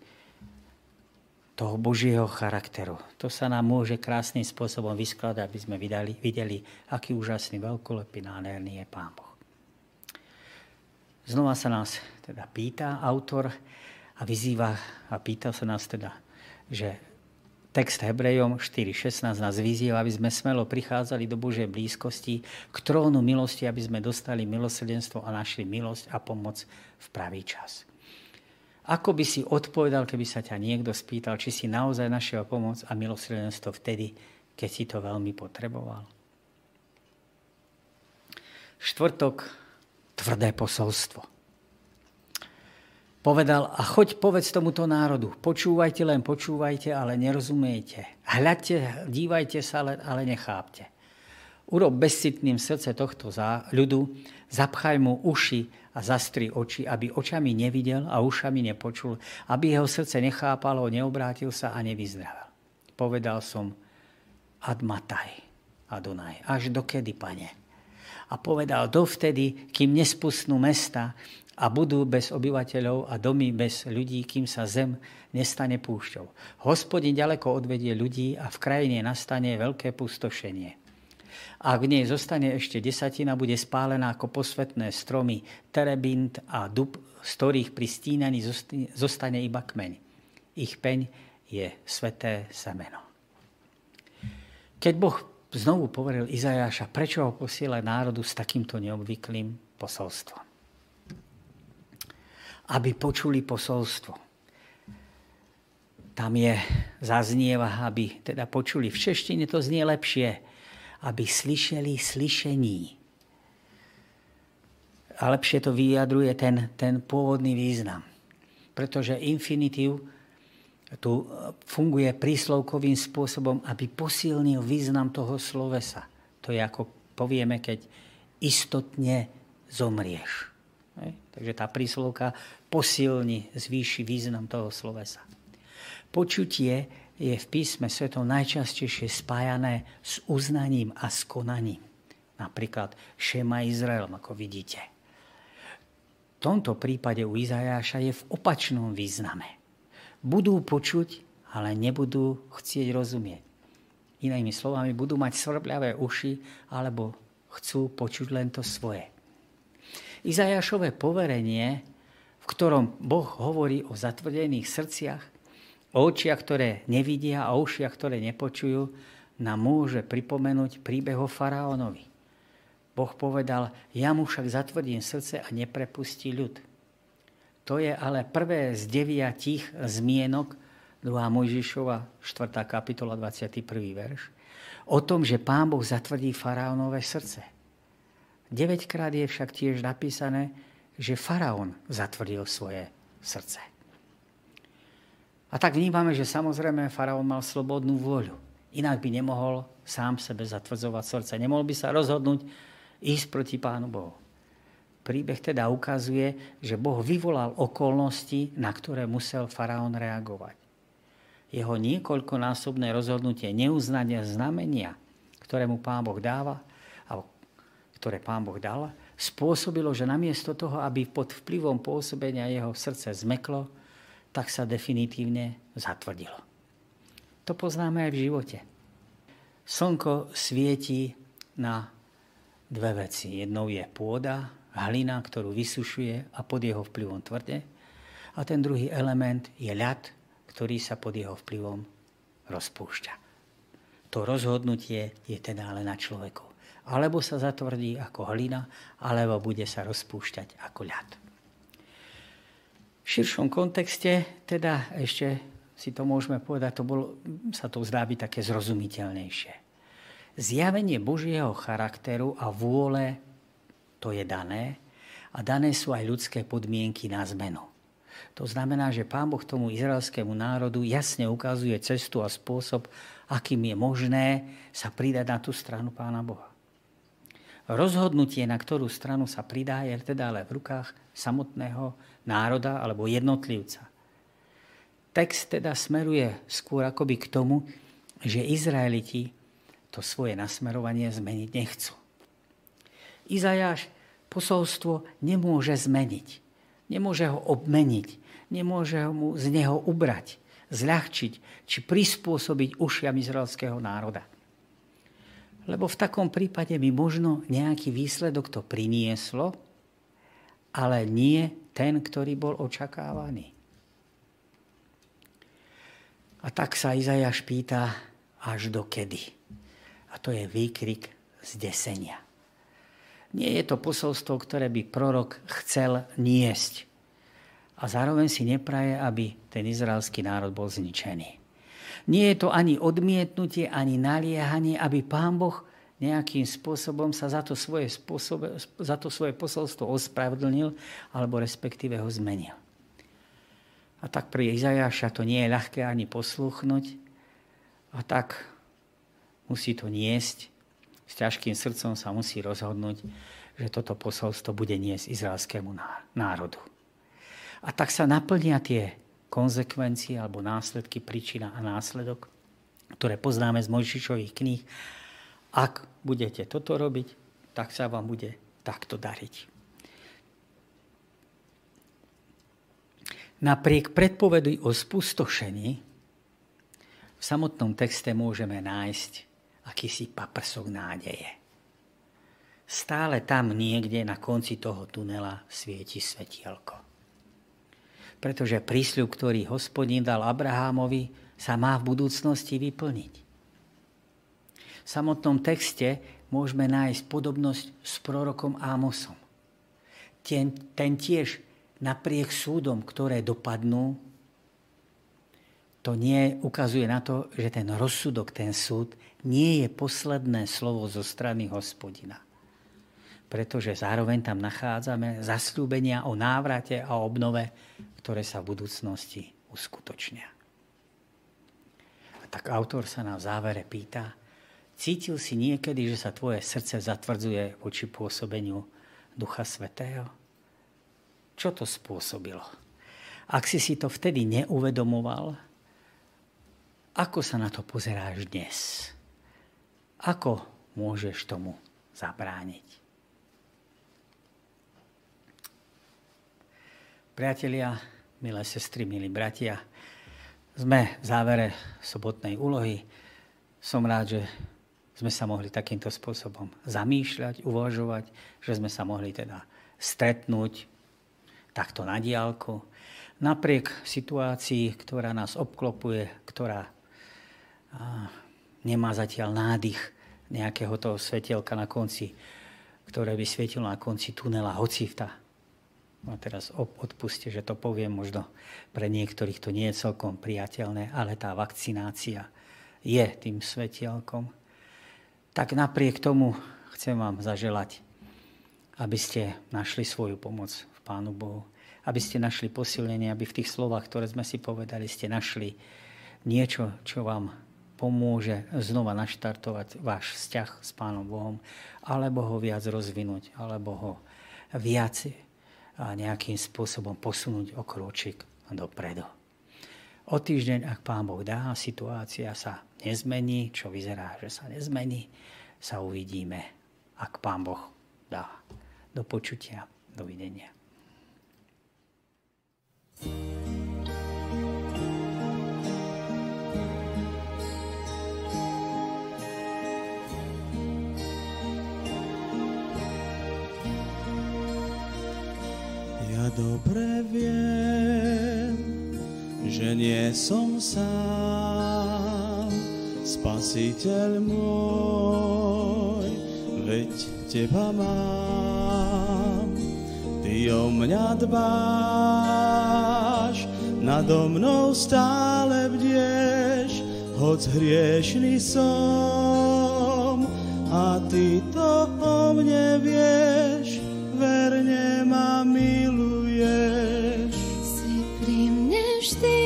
toho Božieho charakteru. To sa nám môže krásnym spôsobom vyskladať, aby sme videli, videli aký úžasný, veľkolepý, nádherný je Pán Boh. Znova sa nás teda pýta autor a vyzýva a pýta sa nás teda, že text Hebrejom štyri šestnásť nás vyzýva, aby sme smelo prichádzali do Božej blízkosti k trónu milosti, aby sme dostali milosrdenstvo a našli milosť a pomoc v pravý čas. Ako by si odpovedal, keby sa ťa niekto spýtal, či si naozaj našiel pomoc a milosrdenstvo vtedy, keď si to veľmi potreboval? Štvrtok, tvrdé posolstvo. Povedal, a choď povedz tomuto národu, počúvajte, len počúvajte, ale nerozumiete. Hľadte, dívajte sa, ale nechápte. Urob bezcitným srdce tohto ľudu, zapchaj mu uši a zastri oči, aby očami nevidel a ušami nepočul, aby jeho srdce nechápalo, neobrátil sa a nevyzdravel. Povedal som, Admataj, Adonaj, až dokedy, Pane? a povedal, dovtedy, kým nespustnú mesta a budú bez obyvateľov a domy bez ľudí, kým sa zem nestane púšťou. Hospodin ďaleko odvedie ľudí a v krajine nastane veľké pustošenie. Ak v nej zostane ešte desatina, bude spálená ako posvetné stromy, terebint a dub, z ktorých pri stínaní zostane iba kmeň. Ich peň je sveté semeno. Keď Boh znovu poveril Izajáša, prečo ho posiela národu s takýmto neobvyklým posolstvom. Aby počuli posolstvo. Tam je, zaznieva, aby teda počuli. V češtine to znie lepšie. Aby slyšeli slyšení. A lepšie to vyjadruje ten, ten pôvodný význam. Pretože infinitív tu funguje príslovkovým spôsobom, aby posilnil význam toho slovesa. To je ako povieme, keď istotne zomrieš. Takže tá príslovka posilní, zvýši význam toho slovesa. Počutie je v písme svetom najčastejšie spájané s uznaním a s konaním. Napríklad Šema Izrael, ako vidíte. V tomto prípade u Izajáša je v opačnom význame. Budú počuť, ale nebudú chcieť rozumieť. Inými slovami, budú mať svrbľavé uši, alebo chcú počuť len to svoje. Izajášové poverenie, v ktorom Boh hovorí o zatvrdených srdciach, o očiach, ktoré nevidia a ušiach, ktoré nepočujú, nám môže pripomenúť príbeh o faraónovi. Boh povedal, ja mu však zatvrdím srdce a neprepustí ľud. To je ale prvé z deviatich zmienok, druhá Mojžišova, štvrtá kapitola, dvadsiaty prvý verš, o tom, že Pán Boh zatvrdí faraónové srdce. Deväťkrát je však tiež napísané, že faraón zatvrdil svoje srdce. A tak vnímame, že samozrejme faraón mal slobodnú vôľu. Inak by nemohol sám sebe zatvrdzovať srdce. Nemohol by sa rozhodnúť ísť proti Pánu Bohu. Príbeh teda ukazuje, že Boh vyvolal okolnosti, na ktoré musel faraón reagovať. Jeho niekoľkonásobné rozhodnutie neuznania znamenia, ktoré mu Pán Boh dáva, alebo ktoré Pán Boh dal, spôsobilo, že namiesto toho, aby pod vplyvom pôsobenia jeho srdce zmeklo, tak sa definitívne zatvrdilo. To poznáme aj v živote. Slnko svieti na dve veci. Jednou je pôda, hlina, ktorú vysušuje a pod jeho vplyvom tvrde. A ten druhý element je ľad, ktorý sa pod jeho vplyvom rozpúšťa. To rozhodnutie je teda ale na človeku. Alebo sa zatvrdí ako hlina, alebo bude sa rozpúšťať ako ľad. V širšom kontexte teda ešte si to môžeme povedať, to bolo, sa to zdá byť také zrozumiteľnejšie. Zjavenie Božieho charakteru a vôle, to je dané, a dané sú aj ľudské podmienky na zmenu. To znamená, že Pán Boh tomu izraelskému národu jasne ukazuje cestu a spôsob, akým je možné sa pridať na tú stranu Pána Boha. Rozhodnutie, na ktorú stranu sa pridá, je teda ale v rukách samotného národa alebo jednotlivca. Text teda smeruje skôr akoby k tomu, že Izraeliti to svoje nasmerovanie zmeniť nechcú. Izajáš posolstvo nemôže zmeniť, nemôže ho obmeniť, nemôže mu z neho ubrať, zľahčiť či prispôsobiť ušiam izraelského národa. Lebo v takom prípade by možno nejaký výsledok to prinieslo, ale nie ten, ktorý bol očakávaný. A tak sa Izajáš pýta, až dokedy. A to je výkrik zdesenia. Nie je to posolstvo, ktoré by prorok chcel niesť. A zároveň si nepraje, aby ten izraelský národ bol zničený. Nie je to ani odmietnutie, ani naliehanie, aby Pán Boh nejakým spôsobom sa za to svoje, spôsobe, za to svoje posolstvo ospravedlnil, alebo respektíve ho zmenil. A tak pri Izajáša to nie je ľahké ani posluchnúť, a tak musí to niesť. S ťažkým srdcom sa musí rozhodnúť, že toto posolstvo bude niesť izraelskému národu. A tak sa naplnia tie konzekvencie alebo následky, príčina a následok, ktoré poznáme z Mojžišových kníh. Ak budete toto robiť, tak sa vám bude takto dariť. Napriek predpovedi o spustošení v samotnom texte môžeme nájsť akýsi paprsok nádeje. Stále tam niekde na konci toho tunela svieti svetielko. Pretože prísľub, ktorý Hospodin dal Abrahámovi, sa má v budúcnosti vyplniť. V samotnom texte môžeme nájsť podobnosť s prorokom Ámosom. Ten, ten tiež napriek súdom, ktoré dopadnú, to nie ukazuje na to, že ten rozsudok, ten súd nie je posledné slovo zo strany Hospodina. Pretože zároveň tam nachádzame zasľúbenia o návrate a obnove, ktoré sa v budúcnosti uskutočnia. A tak autor sa na závere pýta, cítil si niekedy, že sa tvoje srdce zatvrdzuje voči pôsobeniu Ducha Svätého? Čo to spôsobilo? Ak si si to vtedy neuvedomoval, ako sa na to pozeráš dnes? Ako môžeš tomu zabrániť? Priatelia, milé sestry, milí bratia, sme v závere sobotnej úlohy. Som rád, že sme sa mohli takýmto spôsobom zamýšľať, uvažovať, že sme sa mohli teda stretnúť takto na diaľku. Napriek situácii, ktorá nás obklopuje, ktorá nemá zatiaľ nádych nejakého toho svetielka na konci, ktoré by svietilo na konci tunela, hoci tá. A teraz odpuste, že to poviem, možno pre niektorých to nie je celkom priateľné, ale tá vakcinácia je tým svetielkom. Tak napriek tomu chcem vám zaželať, aby ste našli svoju pomoc v Pánu Bohu, aby ste našli posilnenie, aby v tých slovách, ktoré sme si povedali, ste našli niečo, čo vám pomôže znova naštartovať váš vzťah s Pánom Bohom, alebo ho viac rozvinúť, alebo ho viac a nejakým spôsobom posunúť o krôčik dopredu. O týždeň, ak Pán Boh dá, situácia sa nezmení, čo vyzerá, že sa nezmení, sa uvidíme, ak Pán Boh dá. Do počutia, dovidenia. Ja dobre viem, že nie som sám, Spasiteľ môj, veď teba mám. Ty o mňa dbáš, nado mnou stále bdieš, hoď hriešný som, a ty to o mne vieš, verne ma miluješ. Si pri mne vždy,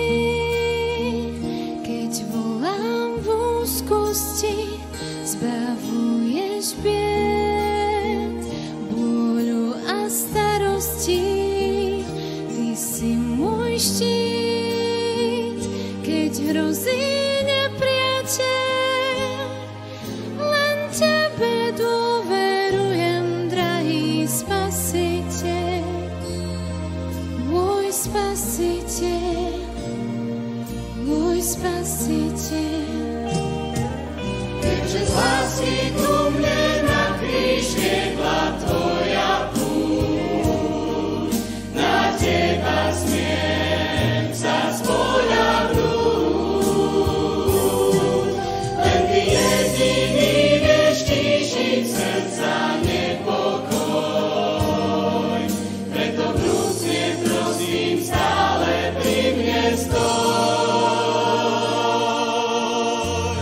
keď volám v úzkosti, zbavuješ bied, bôľu a starosti. Ty si môj štít, keď hrozí nepriateľ, len tebe dôverujem, drahý Spasiteľ, môj Spasiteľ, môj Spasiteľ. Keďže z lásky ku mne na kríž viedla tvoja púť, na teba smiem sa spoľahnúť. Len ty jediný vieš tíšiť srdca nepokoj, preto vrúcne prosím stále pri mne stoj.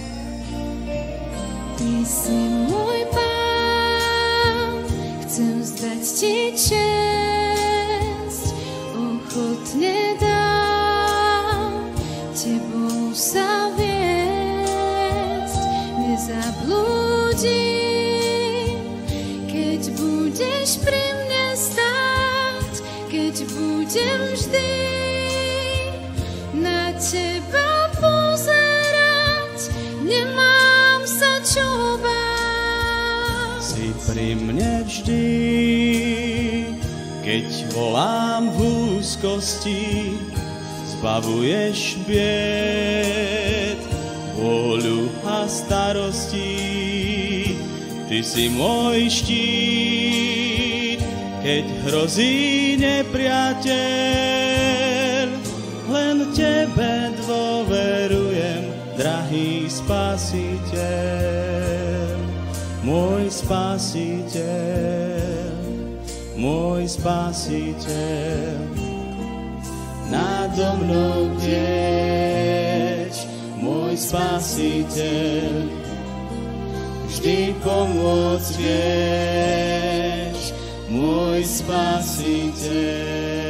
Ty si môj Pán, chcem vzdať ti česť, ochotne dám tebou sa viesť, nezablúdim, keď budeš pri mne stáť, keď budem vždy na teba pozerať, nemám sa čo báť. Si pri mne vždy, keď volám v úzkosti, zbavuješ bied, bôľu a starostí. Ty si môj štít, keď hrozí nepriateľ, len tebe dôverujem, drahý Spasiteľ, môj Spasiteľ, môj Spasiteľ. Nado mnou bdieť, môj Spasiteľ, vždy pomôcť vieš, môj Spasiteľ.